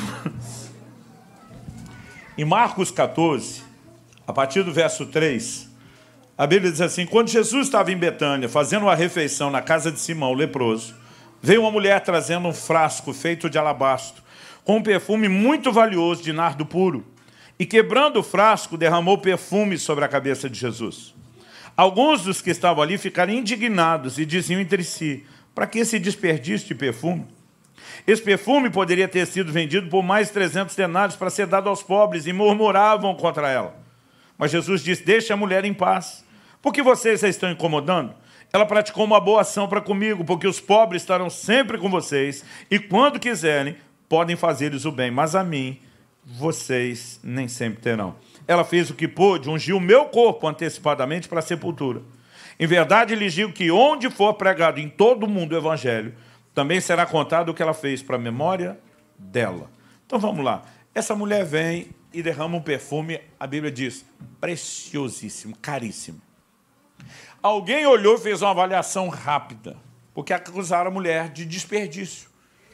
Em Marcos 14, a partir do verso 3, a Bíblia diz assim, quando Jesus estava em Betânia, fazendo uma refeição na casa de Simão, o leproso, veio uma mulher trazendo um frasco feito de alabastro, com um perfume muito valioso de nardo puro, e quebrando o frasco, derramou perfume sobre a cabeça de Jesus. Alguns dos que estavam ali ficaram indignados e diziam entre si, para que esse desperdício de perfume? Esse perfume poderia ter sido vendido por mais 300 denários para ser dado aos pobres, e murmuravam contra ela. Mas Jesus disse, deixe a mulher em paz, porque vocês a estão incomodando. Ela praticou uma boa ação para comigo, porque os pobres estarão sempre com vocês, e quando quiserem, podem fazer-lhes o bem, mas a mim, vocês nem sempre terão. Ela fez o que pôde, ungiu o meu corpo antecipadamente para a sepultura. Em verdade, lhes digo que onde for pregado em todo o mundo o evangelho, também será contado o que ela fez para a memória dela. Então vamos lá. Essa mulher vem e derrama um perfume, a Bíblia diz, preciosíssimo, caríssimo. Alguém olhou e fez uma avaliação rápida, porque acusaram a mulher de desperdício.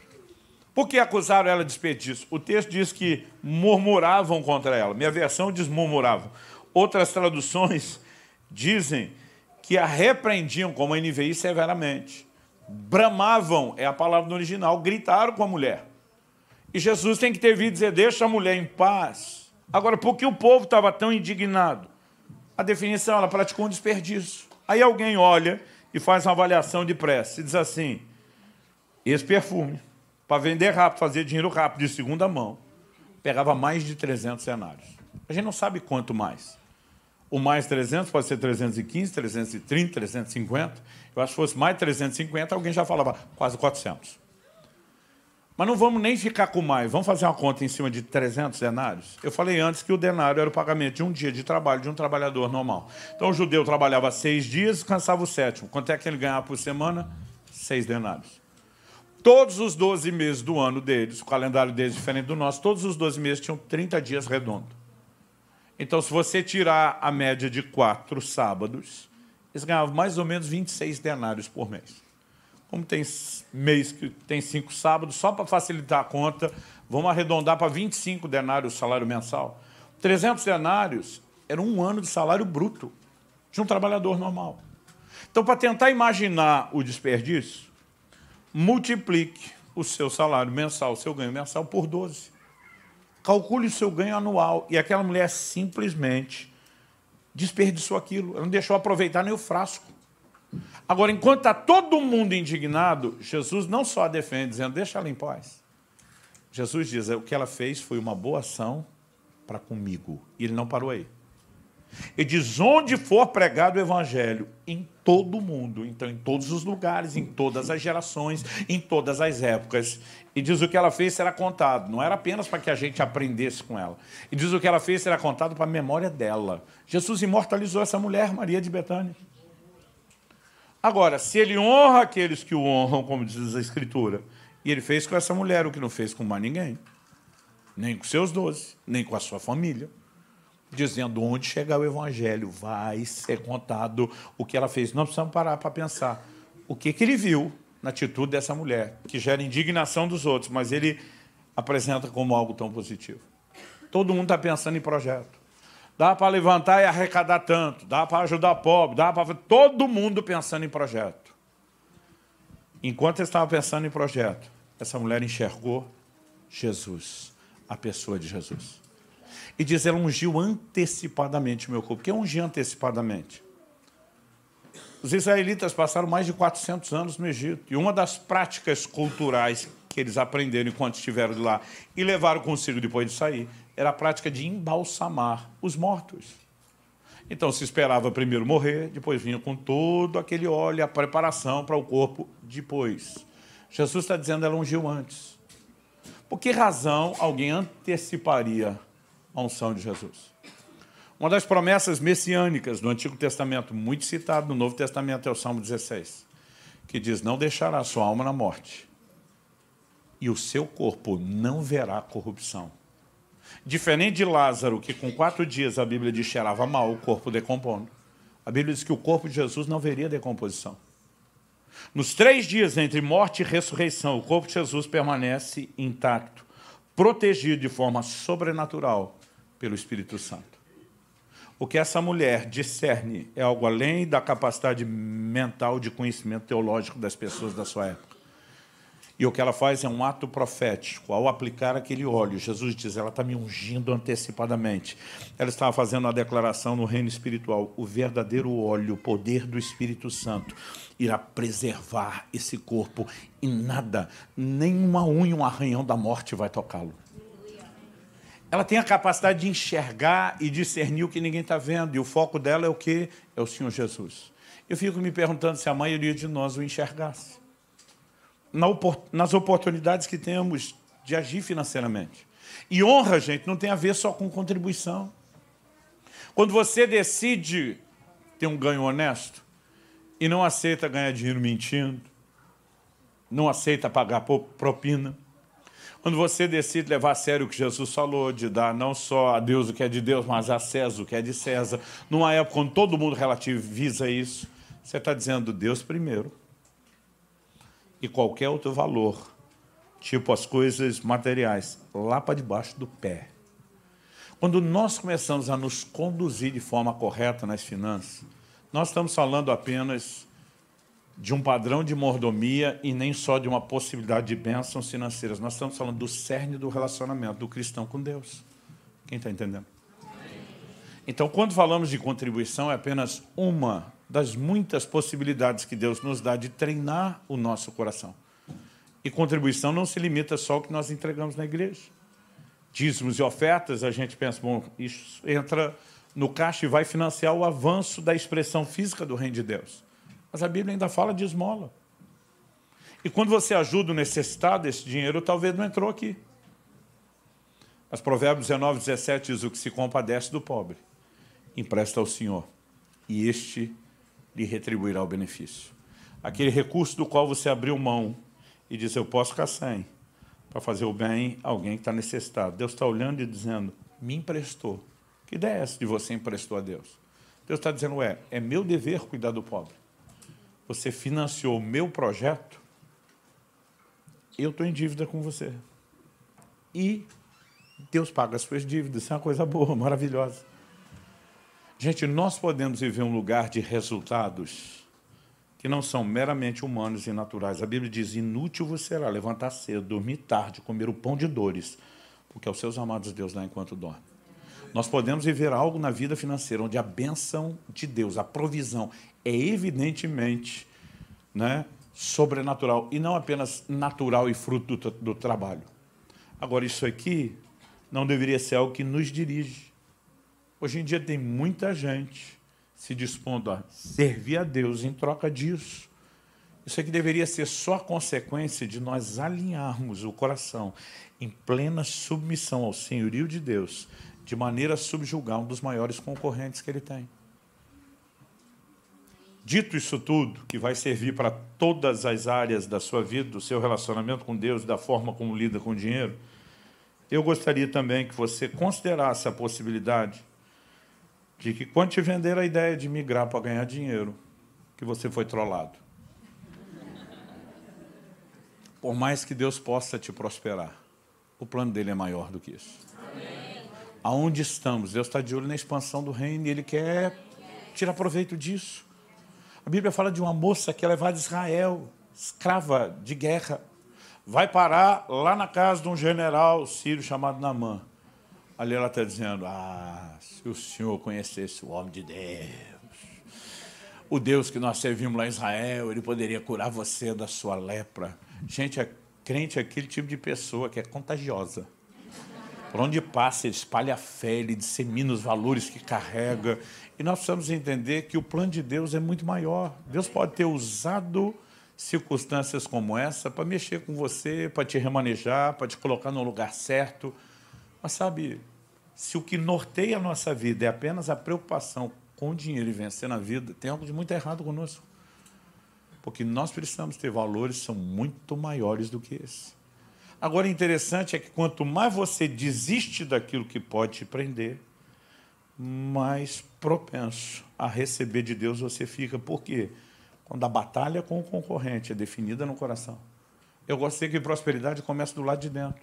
Por que acusaram ela de desperdício? O texto diz que murmuravam contra ela. Minha versão diz murmuravam. Outras traduções dizem que a repreendiam, como a NVI, severamente. Bramavam, é a palavra no original, gritaram com a mulher. E Jesus tem que ter vindo dizer, deixa a mulher em paz. Agora, por que o povo estava tão indignado? A definição, ela praticou um desperdício. Aí alguém olha e faz uma avaliação de preço e diz assim, esse perfume, para vender rápido, fazer dinheiro rápido, de segunda mão, pegava mais de 300 denários. A gente não sabe quanto mais. O mais 300 pode ser 315, 330, 350. Eu acho que fosse mais 350, alguém já falava quase 400. Mas não vamos nem ficar com mais. Vamos fazer uma conta em cima de 300 denários? Eu falei antes que o denário era o pagamento de um dia de trabalho de um trabalhador normal. Então o judeu trabalhava 6 dias e descansava o 7º. Quanto é que ele ganhava por semana? 6 denários. Todos os 12 meses do ano deles, o calendário deles é diferente do nosso, todos os 12 meses tinham 30 dias redondos. Então, se você tirar a média de 4 sábados, eles ganhavam mais ou menos 26 denários por mês. Como tem mês que tem 5 sábados, só para facilitar a conta, vamos arredondar para 25 denários o salário mensal. 300 denários era um ano de salário bruto de um trabalhador normal. Então, para tentar imaginar o desperdício, multiplique o seu salário mensal, o seu ganho mensal, por 12. Calcule o seu ganho anual. E aquela mulher simplesmente desperdiçou aquilo. Ela não deixou aproveitar nem o frasco. Agora, enquanto está todo mundo indignado, Jesus não só a defende, dizendo, deixa ela em paz. Jesus diz, o que ela fez foi uma boa ação para comigo. E ele não parou aí. Ele diz, onde for pregado o evangelho, em todo o mundo, então em todos os lugares, em todas as gerações, em todas as épocas. E diz, o que ela fez será contado. Não era apenas para que a gente aprendesse com ela. E diz, o que ela fez será contado para a memória dela. Jesus imortalizou essa mulher, Maria de Betânia. Agora, se ele honra aqueles que o honram, como diz a Escritura, e ele fez com essa mulher o que não fez com mais ninguém, nem com seus 12, nem com a sua família, dizendo, onde chegar o evangelho, vai ser contado o que ela fez. Nós precisamos parar para pensar o que ele viu na atitude dessa mulher, que gera indignação dos outros, mas ele apresenta como algo tão positivo. Todo mundo está pensando em projeto. Dá para levantar e arrecadar tanto, dá para ajudar pobre, dá para... Todo mundo pensando em projeto. Enquanto ele estava pensando em projeto, essa mulher enxergou Jesus, a pessoa de Jesus. E diz, ela ungiu antecipadamente o meu corpo. O que é ungir antecipadamente? Os israelitas passaram mais de 400 anos no Egito. E uma das práticas culturais que eles aprenderam enquanto estiveram lá e levaram consigo depois de sair, era a prática de embalsamar os mortos. Então se esperava primeiro morrer, depois vinha com todo aquele óleo, a preparação para o corpo depois. Jesus está dizendo, ela ungiu antes. Por que razão alguém anteciparia a unção de Jesus? Uma das promessas messiânicas do Antigo Testamento, muito citado no Novo Testamento, é o Salmo 16, que diz, não deixará sua alma na morte, e o seu corpo não verá corrupção. Diferente de Lázaro, que com 4 dias a Bíblia diz cheirava mal, o corpo decompondo. A Bíblia diz que o corpo de Jesus não veria decomposição. Nos 3 dias entre morte e ressurreição, o corpo de Jesus permanece intacto, protegido de forma sobrenatural pelo Espírito Santo. O que essa mulher discerne é algo além da capacidade mental de conhecimento teológico das pessoas da sua época. E o que ela faz é um ato profético. Ao aplicar aquele óleo, Jesus diz, ela está me ungindo antecipadamente. Ela estava fazendo uma declaração no reino espiritual. O verdadeiro óleo, o poder do Espírito Santo, irá preservar esse corpo e nada, nenhuma unha, um arranhão da morte vai tocá-lo. Ela tem a capacidade de enxergar e discernir o que ninguém está vendo. E o foco dela é o quê? É o Senhor Jesus. Eu fico me perguntando se a maioria de nós o enxergasse. Nas oportunidades que temos de agir financeiramente. E honra, gente, não tem a ver só com contribuição. Quando você decide ter um ganho honesto e não aceita ganhar dinheiro mentindo, não aceita pagar propina, Quando você decide levar a sério o que Jesus falou, de dar não só a Deus o que é de Deus, mas a César o que é de César, numa época quando todo mundo relativiza isso, você está dizendo Deus primeiro. E qualquer outro valor, tipo as coisas materiais, lá para debaixo do pé. Quando nós começamos a nos conduzir de forma correta nas finanças, nós estamos falando apenas de um padrão de mordomia e nem só de uma possibilidade de bênçãos financeiras. Nós estamos falando do cerne do relacionamento do cristão com Deus. Quem está entendendo? Então, quando falamos de contribuição, é apenas uma das muitas possibilidades que Deus nos dá de treinar o nosso coração. E contribuição não se limita só ao que nós entregamos na igreja. Dízimos e ofertas, a gente pensa, bom, isso entra no caixa e vai financiar o avanço da expressão física do reino de Deus. Mas a Bíblia ainda fala de esmola. E quando você ajuda o necessitado, esse dinheiro talvez não entrou aqui. Mas Provérbios 19, 17 diz: o que se compadece do pobre, empresta ao Senhor, e este lhe retribuirá o benefício. Aquele recurso do qual você abriu mão e diz, eu posso ficar sem, para fazer o bem a alguém que está necessitado. Deus está olhando e dizendo, me emprestou. Que ideia é essa de você emprestou a Deus? Deus está dizendo, é meu dever cuidar do pobre. Você financiou o meu projeto, eu estou em dívida com você. E Deus paga as suas dívidas. Isso é uma coisa boa, maravilhosa. Gente, nós podemos viver um lugar de resultados que não são meramente humanos e naturais. A Bíblia diz, inútil vos será levantar cedo, dormir tarde, comer o pão de dores, porque aos seus amados Deus dá enquanto dorme. Nós podemos viver algo na vida financeira, onde a bênção de Deus, a provisão, é evidentemente, né, sobrenatural, e não apenas natural e fruto do trabalho. Agora, isso aqui não deveria ser algo que nos dirige. Hoje em dia tem muita gente se dispondo a servir a Deus em troca disso. Isso aqui deveria ser só a consequência de nós alinharmos o coração em plena submissão ao senhorio de Deus, de maneira a subjugar um dos maiores concorrentes que ele tem. Dito isso tudo, que vai servir para todas as áreas da sua vida, do seu relacionamento com Deus, da forma como lida com o dinheiro, eu gostaria também que você considerasse a possibilidade de que quando te vender a ideia de migrar para ganhar dinheiro, que você foi trollado. Por mais que Deus possa te prosperar, o plano dele é maior do que isso. Amém. Aonde estamos? Deus está de olho na expansão do reino e Ele quer tirar proveito disso. A Bíblia fala de uma moça que é levada de Israel, escrava de guerra. Vai parar lá na casa de um general sírio chamado Naamã. Ali ela está dizendo, se o senhor conhecesse o homem de Deus, o Deus que nós servimos lá em Israel, ele poderia curar você da sua lepra. Gente, crente é aquele tipo de pessoa que é contagiosa. Por onde passa, ele espalha a fé, ele dissemina os valores que carrega. E nós precisamos entender que o plano de Deus é muito maior. Deus pode ter usado circunstâncias como essa para mexer com você, para te remanejar, para te colocar no lugar certo. Mas sabe, se o que norteia a nossa vida é apenas a preocupação com o dinheiro e vencer na vida, tem algo de muito errado conosco. Porque nós precisamos ter valores que são muito maiores do que esse. Agora, interessante é que quanto mais você desiste daquilo que pode te prender, mais propenso a receber de Deus você fica. Por quê? Quando a batalha com o concorrente é definida no coração. Eu gostei que prosperidade começa do lado de dentro.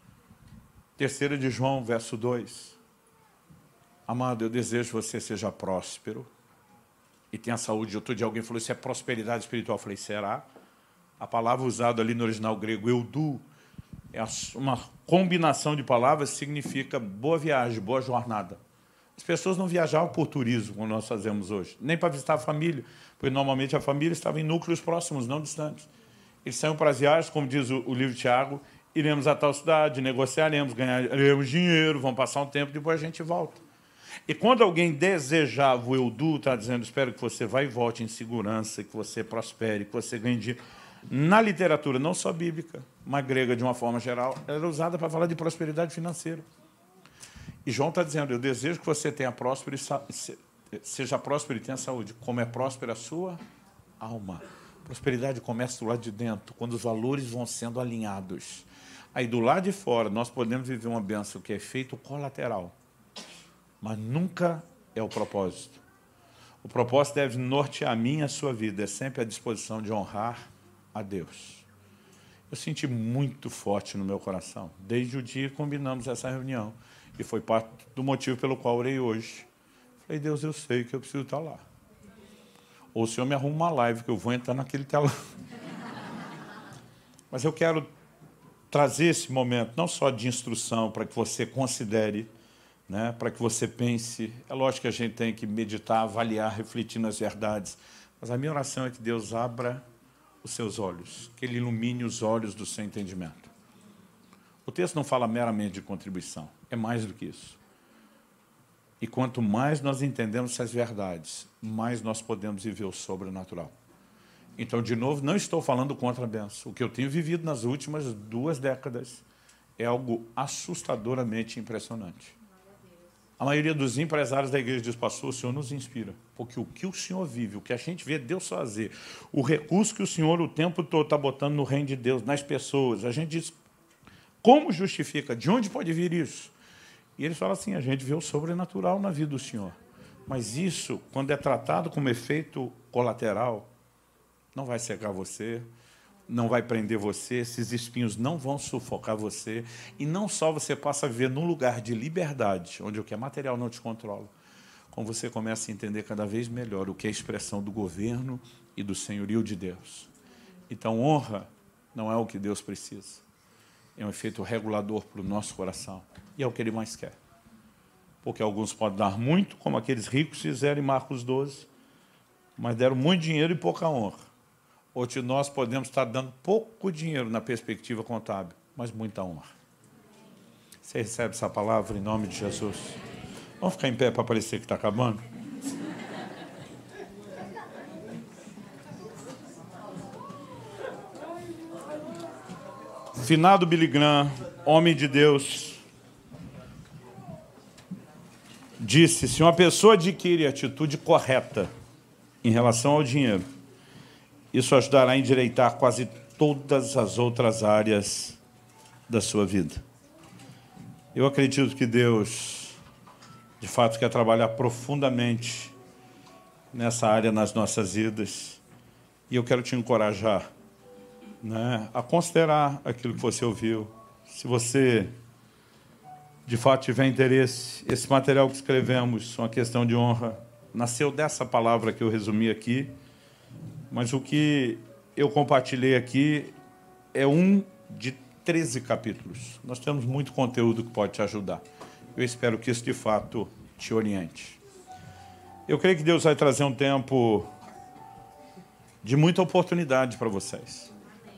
3 de João, verso 2. Amado, eu desejo que você seja próspero e tenha saúde. Outro dia alguém falou, isso é prosperidade espiritual. Eu falei, será? A palavra usada ali no original grego, eudu, é uma combinação de palavras que significa boa viagem, boa jornada. As pessoas não viajavam por turismo, como nós fazemos hoje, nem para visitar a família, porque normalmente a família estava em núcleos próximos, não distantes. Eles saíam para as viagens, como diz o livro de Tiago, iremos a tal cidade, negociaremos, ganharemos dinheiro, vamos passar um tempo, depois a gente volta. E quando alguém desejava o eudu, está dizendo, espero que você vá e volte em segurança, que você prospere, que você ganhe dinheiro. Na literatura, não só bíblica, mas grega de uma forma geral, ela era usada para falar de prosperidade financeira. E João está dizendo, eu desejo que você tenha próspero seja próspero e tenha saúde, como é próspera a sua alma. Prosperidade começa do lado de dentro, quando os valores vão sendo alinhados. Aí do lado de fora nós podemos viver uma bênção que é efeito colateral, mas nunca é o propósito. O propósito deve nortear a minha e a sua vida, é sempre a disposição de honrar a Deus. Eu senti muito forte no meu coração, desde o dia que combinamos essa reunião, e foi parte do motivo pelo qual orei hoje. Falei, Deus, eu sei que eu preciso estar lá. Ou o Senhor me arruma uma live, que eu vou entrar naquele telão. Mas eu quero trazer esse momento, não só de instrução, para que você considere, né, para que você pense. É lógico que a gente tem que meditar, avaliar, refletir nas verdades. Mas a minha oração é que Deus abra os seus olhos, que Ele ilumine os olhos do seu entendimento. O texto não fala meramente de contribuição, é mais do que isso. E quanto mais nós entendemos essas verdades, mais nós podemos viver o sobrenatural. Então, de novo, não estou falando contra a bênção. O que eu tenho vivido nas últimas 2 décadas é algo assustadoramente impressionante. A maioria dos empresários da igreja diz, pastor, o Senhor nos inspira. Porque o que o Senhor vive, o que a gente vê Deus fazer, o recurso que o Senhor o tempo todo está botando no reino de Deus, nas pessoas, a gente diz, como justifica? De onde pode vir isso? E eles falam assim, a gente vê o sobrenatural na vida do Senhor. Mas isso, quando é tratado como efeito colateral, não vai cegar você, não vai prender você, esses espinhos não vão sufocar você, e não só você passa a viver num lugar de liberdade, onde o que é material não te controla, como você começa a entender cada vez melhor o que é a expressão do governo e do senhorio de Deus. Então, honra não é o que Deus precisa, é um efeito regulador para o nosso coração, e é o que Ele mais quer. Porque alguns podem dar muito, como aqueles ricos fizeram em Marcos 12, mas deram muito dinheiro e pouca honra. Hoje nós podemos estar dando pouco dinheiro na perspectiva contábil, mas muita honra. Você recebe essa palavra em nome de Jesus? Vamos ficar em pé para parecer que está acabando? Finado Billy Graham, homem de Deus, disse, se uma pessoa adquire a atitude correta em relação ao dinheiro, isso ajudará a endireitar quase todas as outras áreas da sua vida. Eu acredito que Deus, de fato, quer trabalhar profundamente nessa área nas nossas vidas. E eu quero te encorajar, né, a considerar aquilo que você ouviu. Se você, de fato, tiver interesse, esse material que escrevemos, uma questão de honra, nasceu dessa palavra que eu resumi aqui. Mas o que eu compartilhei aqui é um de 13 capítulos. Nós temos muito conteúdo que pode te ajudar. Eu espero que isso, de fato, te oriente. Eu creio que Deus vai trazer um tempo de muita oportunidade para vocês.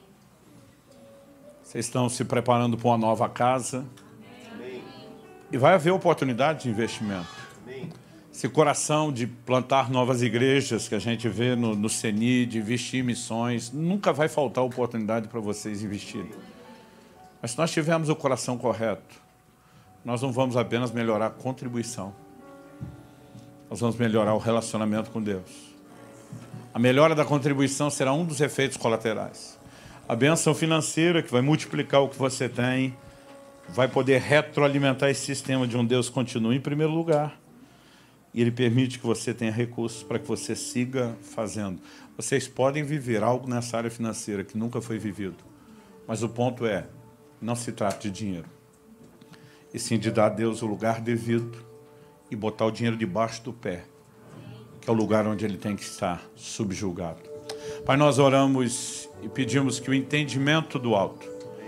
Vocês estão se preparando para uma nova casa. E vai haver oportunidade de investimento. Esse coração de plantar novas igrejas que a gente vê no CENI, de investir em missões, nunca vai faltar oportunidade para vocês investirem. Mas se nós tivermos o coração correto, nós não vamos apenas melhorar a contribuição, nós vamos melhorar o relacionamento com Deus. A melhora da contribuição será um dos efeitos colaterais. A bênção financeira, que vai multiplicar o que você tem, vai poder retroalimentar esse sistema de um Deus que continua em primeiro lugar. E Ele permite que você tenha recursos para que você siga fazendo. Vocês podem viver algo nessa área financeira que nunca foi vivido. Mas o ponto é, não se trata de dinheiro. E sim de dar a Deus o lugar devido e botar o dinheiro debaixo do pé, que é o lugar onde ele tem que estar subjugado. Pai, nós oramos e pedimos que o entendimento do alto.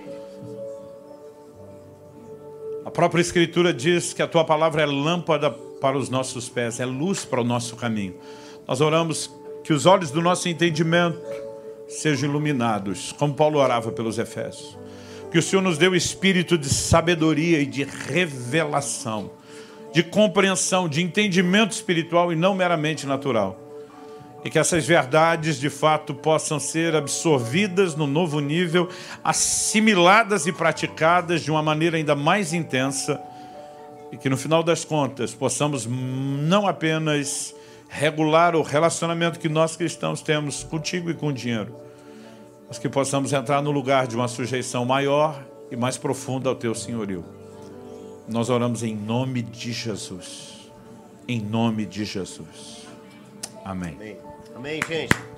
A própria Escritura diz que a Tua palavra é lâmpada para os nossos pés, é luz para o nosso caminho. Nós oramos que os olhos do nosso entendimento sejam iluminados, como Paulo orava pelos Efésios. Que o Senhor nos dê o espírito de sabedoria e de revelação, de compreensão, de entendimento espiritual e não meramente natural. E que essas verdades, de fato, possam ser absorvidas no novo nível, assimiladas e praticadas de uma maneira ainda mais intensa, e que no final das contas possamos não apenas regular o relacionamento que nós cristãos temos contigo e com o dinheiro, mas que possamos entrar no lugar de uma sujeição maior e mais profunda ao teu senhorio. Nós oramos em nome de Jesus. Em nome de Jesus. Amém. Amém, Amém, gente.